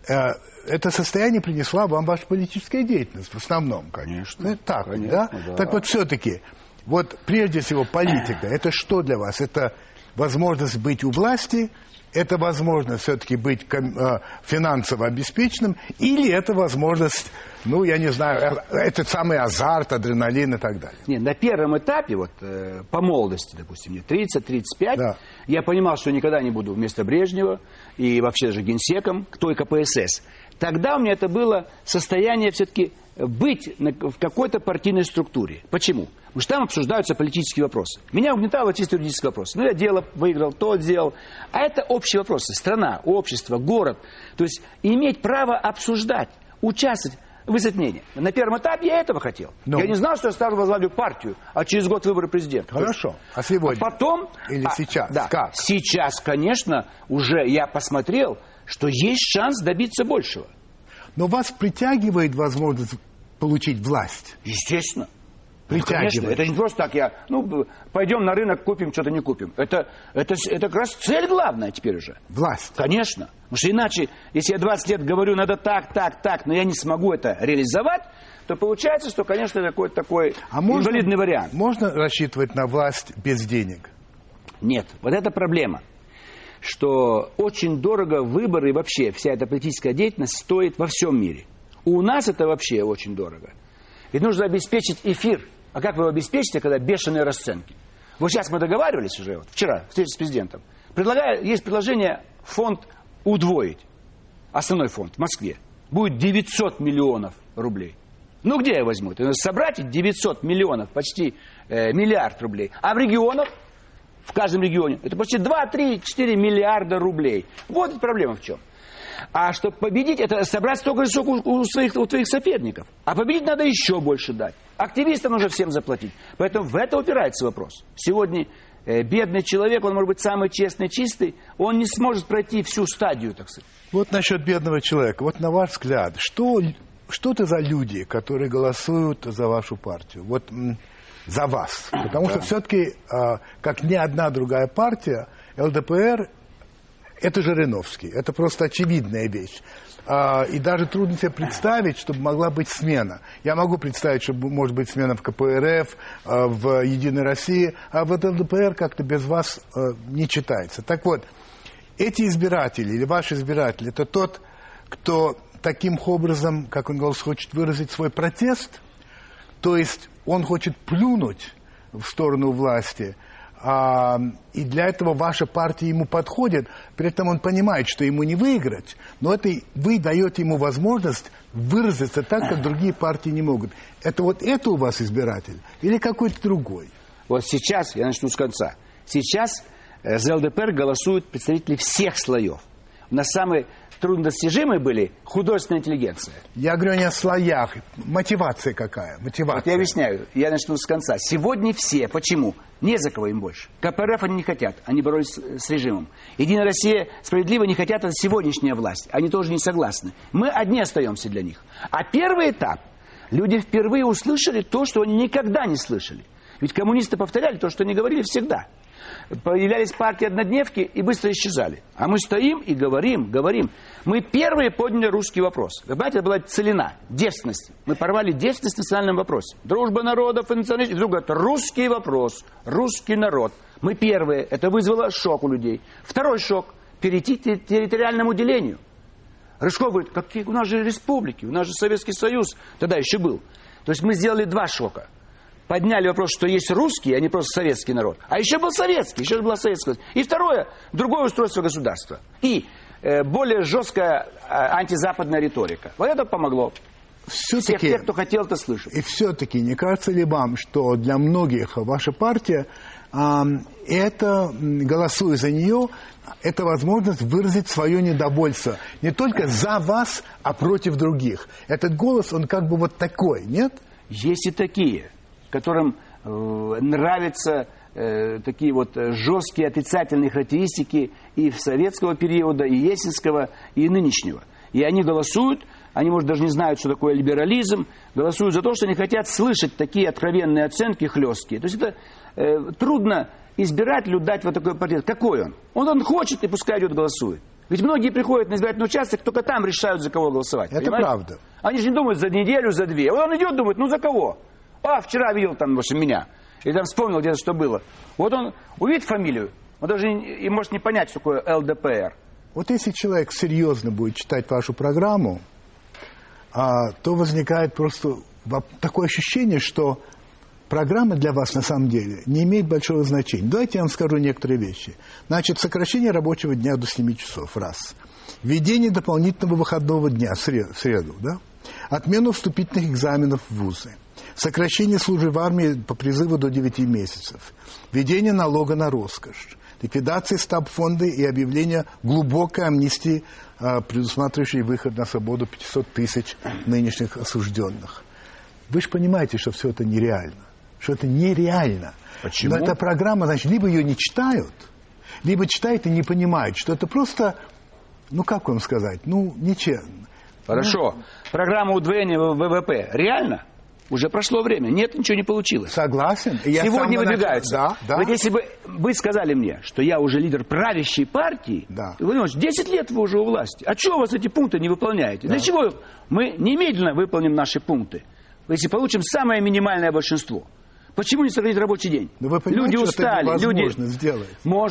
это состояние принесла вам ваша политическая деятельность в основном. Конечно. Так, конечно, да? Так вот все-таки, вот прежде всего политика, это что для вас? Это возможность быть у власти, это возможность все-таки быть финансово обеспеченным, или это возможность, ну, я не знаю, это самый азарт, адреналин и так далее? Нет, на первом этапе, вот по молодости, допустим, мне 30-35, да. Я понимал, что никогда не буду вместо Брежнева и вообще даже генсеком, кто и КПСС. Тогда у меня это было состояние все-таки быть в какой-то партийной структуре. Почему? Потому что там обсуждаются политические вопросы. Меня угнетало чисто юридические вопросы. Ну, я дело выиграл, то делал. А это общие вопросы. Страна, общество, город. То есть иметь право обсуждать, участвовать, высказать мнение. На первом этапе я этого хотел. Я не знал, что я стану возглавлю партию, а через год выборы президента. Хорошо. А сегодня? А потом... Или сейчас? Да. Как? Сейчас, конечно, уже я посмотрел, что есть шанс добиться большего. Но вас притягивает возможность получить власть? Естественно. Притягивает. Конечно, это не просто так, пойдем на рынок, купим, что-то не купим. Это как раз цель главная теперь уже. Власть. Конечно. Потому что иначе, если я 20 лет говорю, надо так, но я не смогу это реализовать, то получается, что, конечно, это какой-то такой инвалидный вариант. Можно рассчитывать на власть без денег? Нет. Вот это проблема. Что очень дорого выборы и вообще вся эта политическая деятельность стоит во всем мире. У нас это вообще очень дорого. Ведь нужно обеспечить эфир. А как вы его обеспечите, когда бешеные расценки? Вот сейчас мы договаривались уже, вот, вчера, встреча с президентом. Есть предложение фонд удвоить. Основной фонд в Москве. Будет 900 миллионов рублей. Ну где я возьму? Это надо собрать 900 миллионов, почти миллиард рублей. А в регионах, в каждом регионе, это почти 2, 3, 4 миллиарда рублей. Вот эта проблема в чем. А чтобы победить, это собрать столько же у твоих соперников. А победить надо еще больше дать. Активистам нужно всем заплатить. Поэтому в это упирается вопрос. Сегодня бедный человек, он может быть самый честный, чистый, он не сможет пройти всю стадию, так сказать. Вот насчет бедного человека. Вот на ваш взгляд, что это за люди, которые голосуют за вашу партию? Вот за вас. Потому что все-таки, как ни одна другая партия, ЛДПР это Жириновский. Это просто очевидная вещь. И даже трудно себе представить, чтобы могла быть смена. Я могу представить, что может быть смена в КПРФ, в Единой России, а в ЛДПР как-то без вас не читается. Так вот, эти избиратели или ваши избиратели, это тот, кто таким образом, как он говорит, хочет выразить свой протест, то есть он хочет плюнуть в сторону власти, и для этого ваша партия ему подходит, при этом он понимает, что ему не выиграть, но вы даете ему возможность выразиться так, как другие партии не могут. Это у вас избиратель или какой-то другой? Вот сейчас, я начну с конца, сейчас за ЛДПР голосуют представители всех слоев. У нас самые труднодостижимые были художественная интеллигенция. Я говорю не о слоях. Мотивация какая? Мотивация. Вот я объясняю. Я начну с конца. Сегодня все. Почему? Не за кого им больше. КПРФ они не хотят. Они боролись с режимом. Единая Россия справедливо не хотят, это сегодняшняя власть. Они тоже не согласны. Мы одни остаемся для них. А первый этап. Люди впервые услышали то, что они никогда не слышали. Ведь коммунисты повторяли то, что они говорили всегда. Появлялись партии-однодневки и быстро исчезали. А мы стоим и говорим. Мы первые подняли русский вопрос. Вы понимаете, это была целина, девственность. Мы порвали девственность в национальном вопросе. Дружба народов и национализм. И вдруг это русский вопрос, русский народ. Мы первые. Это вызвало шок у людей. Второй шок. Перейти к территориальному делению. Рыжков говорит, у нас же республики, у нас же Советский Союз тогда еще был. То есть мы сделали два шока. подняли вопрос, что есть русский, а не просто советский народ. А еще был советский, еще была советская. И второе, другое устройство государства. И более жесткая антизападная риторика. Вот это помогло. Всех тех, кто хотел это слышать. И все-таки не кажется ли вам, что для многих ваша партия, это, голосуя за нее, это возможность выразить свое недовольство не только за вас, а против других? Этот голос, он как бы вот такой, нет? Есть и такие, которым нравятся такие вот жесткие отрицательные характеристики и советского периода, и ельцинского, и нынешнего. И они голосуют, они, может, даже не знают, что такое либерализм, голосуют за то, что они хотят слышать такие откровенные оценки хлесткие. То есть это трудно избирателю дать вот такой портрет. Какой он? Он хочет, и пускай идет голосует. Ведь многие приходят на избирательный участок, только там решают, за кого голосовать. Это понимаете? правда. Они же не думают за неделю, за две. Вот он идет, думает, ну за кого? Вчера видел там, в общем, меня. И там вспомнил где-то, что было. Вот он увидит фамилию, он даже и может не понять, что такое ЛДПР. Вот если человек серьезно будет читать вашу программу, то возникает просто такое ощущение, что программа для вас на самом деле не имеет большого значения. Давайте я вам скажу некоторые вещи. Значит, сокращение рабочего дня до 7 часов, раз. Введение дополнительного выходного дня в среду, да? Отмену вступительных экзаменов в вузы. Сокращение службы в армии по призыву до 9 месяцев. Введение налога на роскошь. Ликвидация стабфонда и объявление глубокой амнистии, предусматривающей выход на свободу 500 тысяч нынешних осужденных. Вы же понимаете, что все это нереально. Что это нереально. Почему? Но эта программа, значит, либо ее не читают, либо читают и не понимают, что это просто, ну как вам сказать, ну ничем. Хорошо. Программа удвоения ВВП реально? Уже прошло время. Нет, ничего не получилось. Согласен. Сегодня выдвигаются. Да. Вот если бы вы сказали мне, что я уже лидер правящей партии, да. Владимир Ильич, 10 лет вы уже у власти. А чего у вас эти пункты не выполняете? Да. Для чего мы немедленно выполним наши пункты, если получим самое минимальное большинство? Почему не сократить рабочий день? Но вы понимаете, люди устали. Что это невозможно сделать?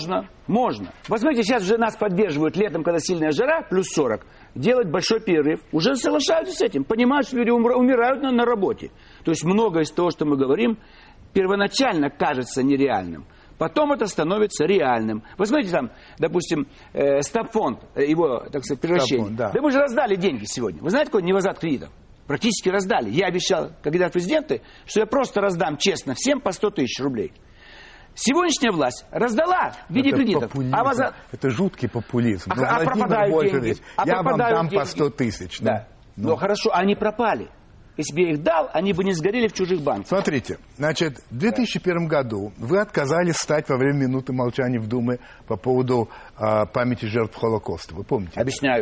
Можно. Возьмите, сейчас уже нас поддерживают летом, когда сильная жара, плюс 40, делать большой перерыв. Уже соглашаются с этим. Понимают, что люди умирают на работе. То есть многое из того, что мы говорим, первоначально кажется нереальным. Потом это становится реальным. Вы смотрите там, допустим, стабфонд, его, так сказать, превращение. Да мы же раздали деньги сегодня. Вы знаете, какой невозврат кредитов? Практически раздали. Я обещал, когда президенты, что я просто раздам честно всем по 100 тысяч рублей. Сегодняшняя власть раздала в виде кредитов. Это жуткий популизм. А пропадают деньги. Я вам дам по 100 тысяч. Да. Но хорошо, они пропали. Если бы я их дал, они бы не сгорели в чужих банках. Смотрите, значит, в 2001 году вы отказались встать во время минуты молчания в Думе по поводу памяти жертв Холокоста. Вы помните? Объясняю.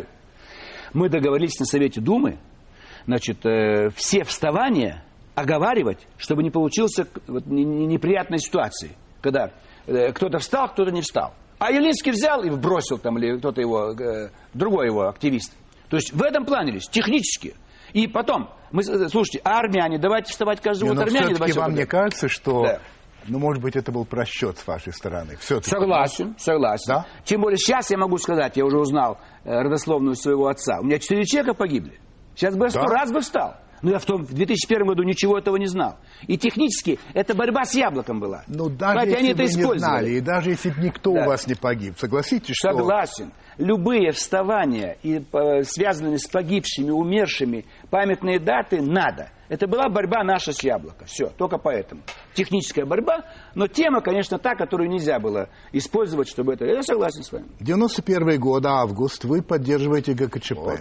Мы договорились на Совете Думы, значит, все вставания оговаривать, чтобы не получилась неприятной ситуации, когда кто-то встал, кто-то не встал. А Явлинский взял и бросил там, или кто-то его, другой его активист. То есть в этом плане, технически. И потом, слушайте, армяне, давайте вставать каждый год армяне. Но все-таки вам не кажется, что, ну, может быть, это был просчет с вашей стороны? Согласен. Да? Тем более сейчас я могу сказать, я уже узнал родословную своего отца. У меня 4 человека погибли. Сейчас бы я 100 раз бы встал. Но я в 2001 году ничего этого не знал. И технически это борьба с яблоком была. Ну, даже если они вы это не знали, и даже если бы никто у вас не погиб, согласитесь, что... Согласен. Любые вставания, связанные с погибшими, умершими, памятные даты, надо. Это была борьба наша с яблоком. Все, только поэтому. Техническая борьба, но тема, конечно, та, которую нельзя было использовать, чтобы это... Я согласен с вами. 91 год, август, вы поддерживаете ГКЧП. Вот.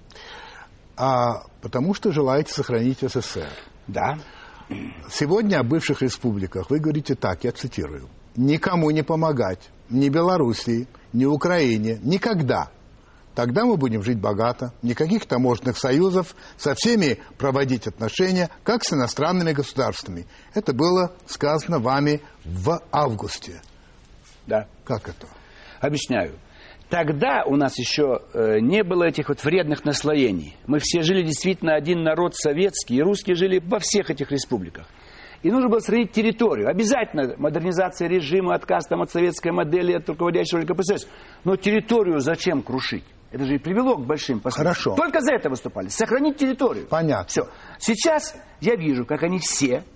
Потому что желаете сохранить СССР. Да. Сегодня о бывших республиках вы говорите так, я цитирую. Никому не помогать, ни Белоруссии, ни Украине, никогда. Тогда мы будем жить богато, никаких таможенных союзов, со всеми проводить отношения, как с иностранными государствами. Это было сказано вами в августе. Да. Как это? Объясняю. Тогда у нас еще не было этих вот вредных наслоений. Мы все жили действительно один народ советский, и русские жили во всех этих республиках. И нужно было сохранить территорию. Обязательно модернизация режима, отказ там от советской модели, от руководящего КПСС. Но территорию зачем крушить? Это же и привело к большим последствиям. Хорошо. Только за это выступали. Сохранить территорию. Понятно. Все. Сейчас я вижу, как они все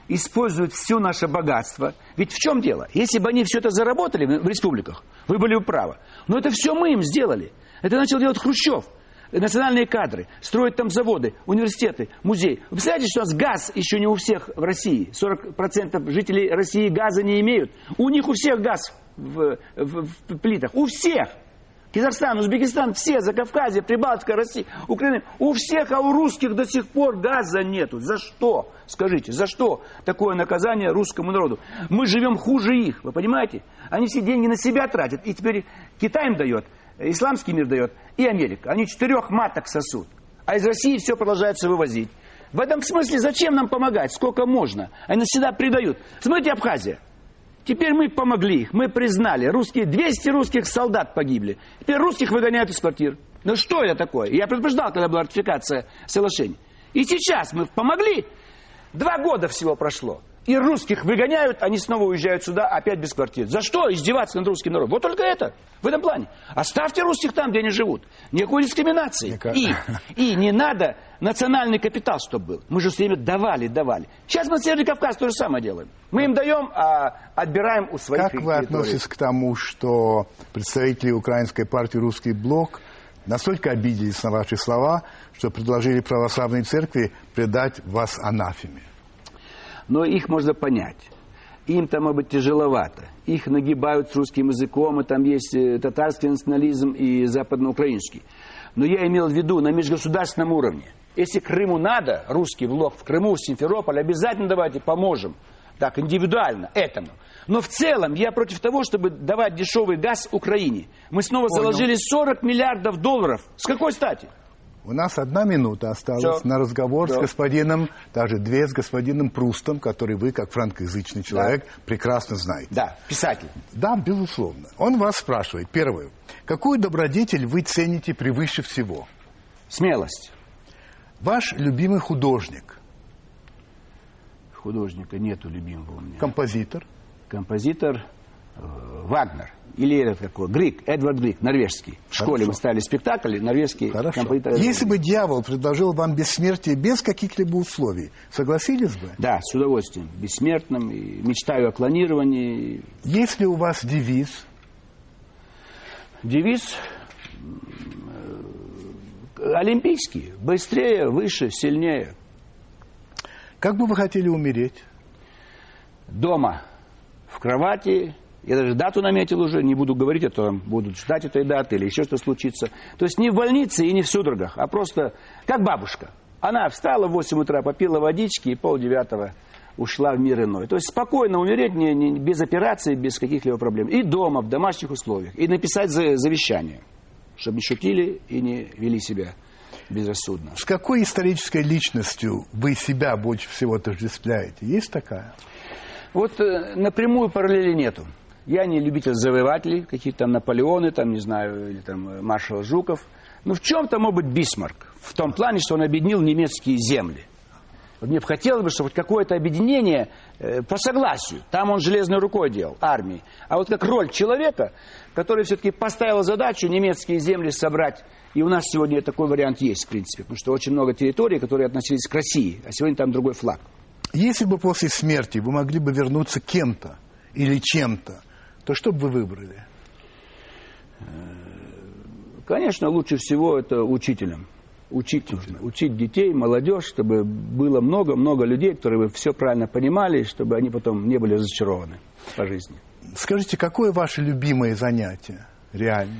используют все наше богатство. Ведь в чем дело? Если бы они все это заработали в республиках, вы были бы правы. Но это все мы им сделали. Это начал делать Хрущев. Национальные кадры, строят там заводы, университеты, музеи. Вы представляете, что у нас газ еще не у всех в России? 40% жителей России газа не имеют. У них у всех газ в плитах. У всех. Казахстан, Узбекистан, все, Закавказье, Прибалтика, Россия, Украина. У всех, а у русских до сих пор газа нету. За что? Скажите, за что такое наказание русскому народу? Мы живем хуже их, вы понимаете? Они все деньги на себя тратят. И теперь Китай им дает, исламский мир дает, и Америка. Они 4 маток сосут. А из России все продолжается вывозить. В этом смысле зачем нам помогать? Сколько можно? Они всегда предают. Смотрите, Абхазия. Теперь мы помогли их, мы признали. 200 русских солдат погибли. Теперь русских выгоняют из квартир. Ну что это такое? Я предупреждал, когда была ратификация соглашений. И сейчас мы помогли. 2 года всего прошло. И русских выгоняют, они снова уезжают сюда, опять без квартир. За что издеваться над русским народом? Вот только это, в этом плане. Оставьте русских там, где они живут. Никакой дискриминации. И не надо национальный капитал, чтобы был. Мы же все время давали. Сейчас мы на Северный Кавказ то же самое делаем. Мы им даем, а отбираем у своих территорий. Как вы относитесь к тому, что представители украинской партии «Русский блок» настолько обиделись на ваши слова, что предложили православной церкви предать вас анафеме? Но их можно понять. Им там, может быть, тяжеловато. Их нагибают с русским языком, и там есть татарский национализм и западноукраинский. Но я имел в виду на межгосударственном уровне. Если Крыму надо, русский блок в Крыму, в Симферополе, обязательно давайте поможем. Так, индивидуально этому. Но в целом я против того, чтобы давать дешевый газ Украине. Мы снова заложили $40 миллиардов. С какой стати? У нас 1 минута осталась на разговор с господином, даже 2 с господином Прустом, который вы, как франкоязычный человек, прекрасно знаете. Да, писатель. Да, безусловно. Он вас спрашивает, первое, какую добродетель вы цените превыше всего? Смелость. Ваш любимый художник? Художника нету любимого у меня. Композитор? Композитор Вагнер. Или это какой? Эдвард Грик, норвежский. В школе мы ставили спектакль, норвежский композитор. Если бы дьявол предложил вам бессмертие без каких-либо условий, согласились бы? Да, с удовольствием. Бессмертным. И мечтаю о клонировании. Есть ли у вас девиз? Девиз олимпийский. Быстрее, выше, сильнее. Как бы вы хотели умереть? Дома. В кровати. Я даже дату наметил уже, не буду говорить, а то будут ждать этой даты или еще что случится. То есть не в больнице и не в судорогах, а просто как бабушка. Она встала в 8 утра, попила водички и 8:30 ушла в мир иной. То есть спокойно умереть, без операции, без каких-либо проблем. И дома, в домашних условиях. И написать завещание, чтобы не шутили и не вели себя безрассудно. С какой исторической личностью вы себя больше всего отождествляете? Есть такая? Вот напрямую параллели нету. Я не любитель завоевателей, какие-то там Наполеоны, там, не знаю, или там маршал Жуков. Но в чем-то, может быть, Бисмарк. В том плане, что он объединил немецкие земли. Вот мне бы хотелось бы, чтобы какое-то объединение по согласию. Там он железной рукой делал, армии. А вот как роль человека, который все-таки поставил задачу немецкие земли собрать. И у нас сегодня такой вариант есть, в принципе. Потому что очень много территорий, которые относились к России. А сегодня там другой флаг. Если бы после смерти вы могли бы вернуться кем-то или чем-то, то что бы вы выбрали? Конечно, лучше всего это учителем. Учить детей, молодежь, чтобы было много-много людей, которые бы все правильно понимали, чтобы они потом не были разочарованы по жизни. Скажите, какое ваше любимое занятие реально?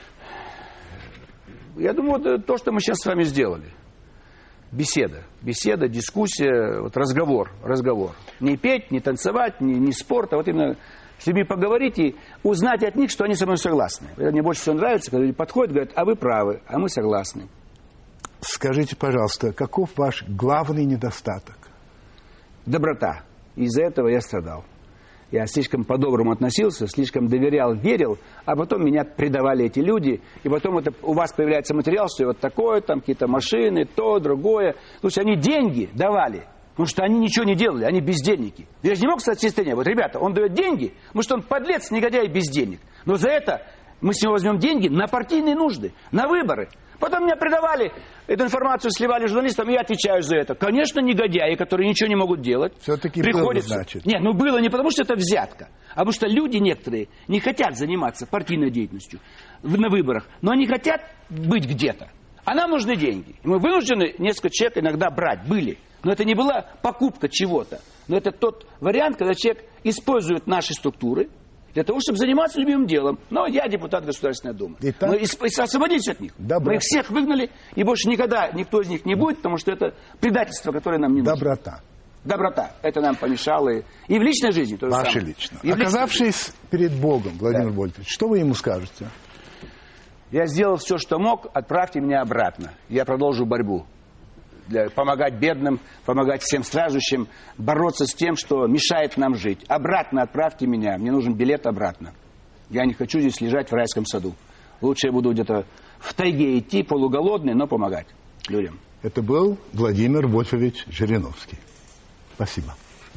Я думаю, это то, что мы сейчас с вами сделали. Беседа, дискуссия, вот разговор. Не петь, не танцевать, не спорт, а вот именно с людьми поговорить и узнать от них, что они со мной согласны. Это мне больше всего нравится, когда люди подходят, говорят, а вы правы, а мы согласны. Скажите, пожалуйста, каков ваш главный недостаток? Доброта. Из-за этого я страдал. Я слишком по-доброму относился, слишком доверял, верил, а потом меня предавали эти люди, и потом это, у вас появляется материал, что вот такое, там какие-то машины, то, другое. То есть они деньги давали, потому что они ничего не делали, они бездельники. Я же не мог стать системой. Вот, ребята, он дает деньги, потому что он подлец, негодяй, без денег. Но за это мы с него возьмем деньги на партийные нужды, на выборы. Потом меня предавали, эту информацию сливали журналистам, и я отвечаю за это. Конечно, негодяи, которые ничего не могут делать. Все-таки приходится... было, значит. Нет, ну было не потому, что это взятка, а потому что люди некоторые не хотят заниматься партийной деятельностью на выборах, но они хотят быть где-то. А нам нужны деньги. И мы вынуждены несколько человек иногда брать, были. Но это не была покупка чего-то. Но это тот вариант, когда человек использует наши структуры для того, чтобы заниматься любимым делом. Но я депутат Государственной Думы. Итак, мы освободились от них. Доброта. Мы их всех выгнали, и больше никогда никто из них не будет, потому что это предательство, которое нам не нужно. Доброта. Доброта. Это нам помешало и в личной жизни тоже самое. Ваше лично. И Оказавшись перед Богом, Владимир Вольфович, что вы ему скажете? Я сделал все, что мог, отправьте меня обратно. Я продолжу борьбу. Помогать бедным, помогать всем страждущим, бороться с тем, что мешает нам жить. Обратно отправьте меня, мне нужен билет обратно. Я не хочу здесь лежать в райском саду. Лучше я буду где-то в тайге идти, полуголодный, но помогать людям. Это был Владимир Вольфович Жириновский. Спасибо.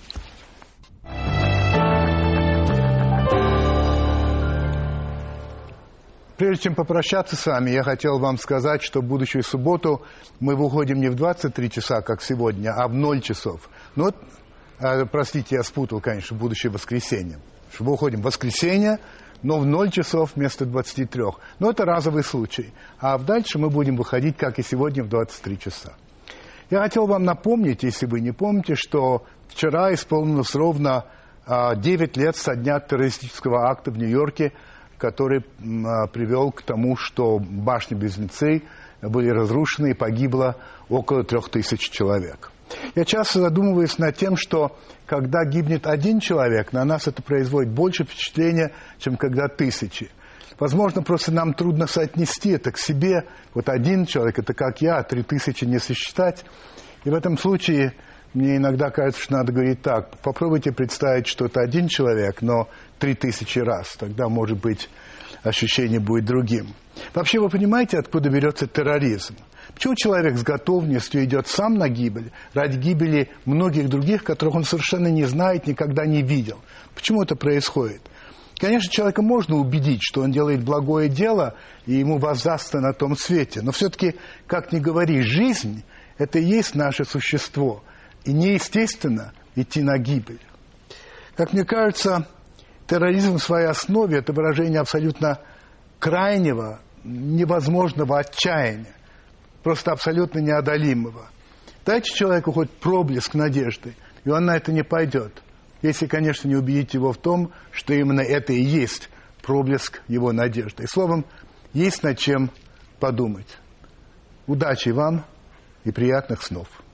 Прежде чем попрощаться с вами, я хотел вам сказать, что в будущую субботу мы выходим не в 23 часа, как сегодня, а в 0 часов. Ну вот, простите, я спутал, конечно, будущее воскресенье. Мы выходим в воскресенье, но в 0 часов вместо 23. Но это разовый случай. А дальше мы будем выходить, как и сегодня, в 23 часа. Я хотел вам напомнить, если вы не помните, что вчера исполнилось ровно 9 лет со дня террористического акта в Нью-Йорке, который привел к тому, что башни-близнецы были разрушены и погибло около 3000 человек. Я часто задумываюсь над тем, что когда гибнет один человек, на нас это производит больше впечатления, чем когда тысячи. Возможно, просто нам трудно соотнести это к себе. Вот один человек, это как я, 3000 не сосчитать. И в этом случае мне иногда кажется, что надо говорить так. Попробуйте представить, что это один человек, но 3000 раз. Тогда, может быть, ощущение будет другим. Вообще, вы понимаете, откуда берется терроризм? Почему человек с готовностью идет сам на гибель ради гибели многих других, которых он совершенно не знает, никогда не видел? Почему это происходит? Конечно, человека можно убедить, что он делает благое дело, и ему воздастся на том свете. Но все-таки, как ни говори, жизнь – это и есть наше существо. И неестественно идти на гибель. Как мне кажется, терроризм в своей основе – это выражение абсолютно крайнего, невозможного отчаяния, просто абсолютно неодолимого. Дайте человеку хоть проблеск надежды, и он на это не пойдет. Если, конечно, не убедить его в том, что именно это и есть проблеск его надежды. И словом, есть над чем подумать. Удачи вам и приятных снов.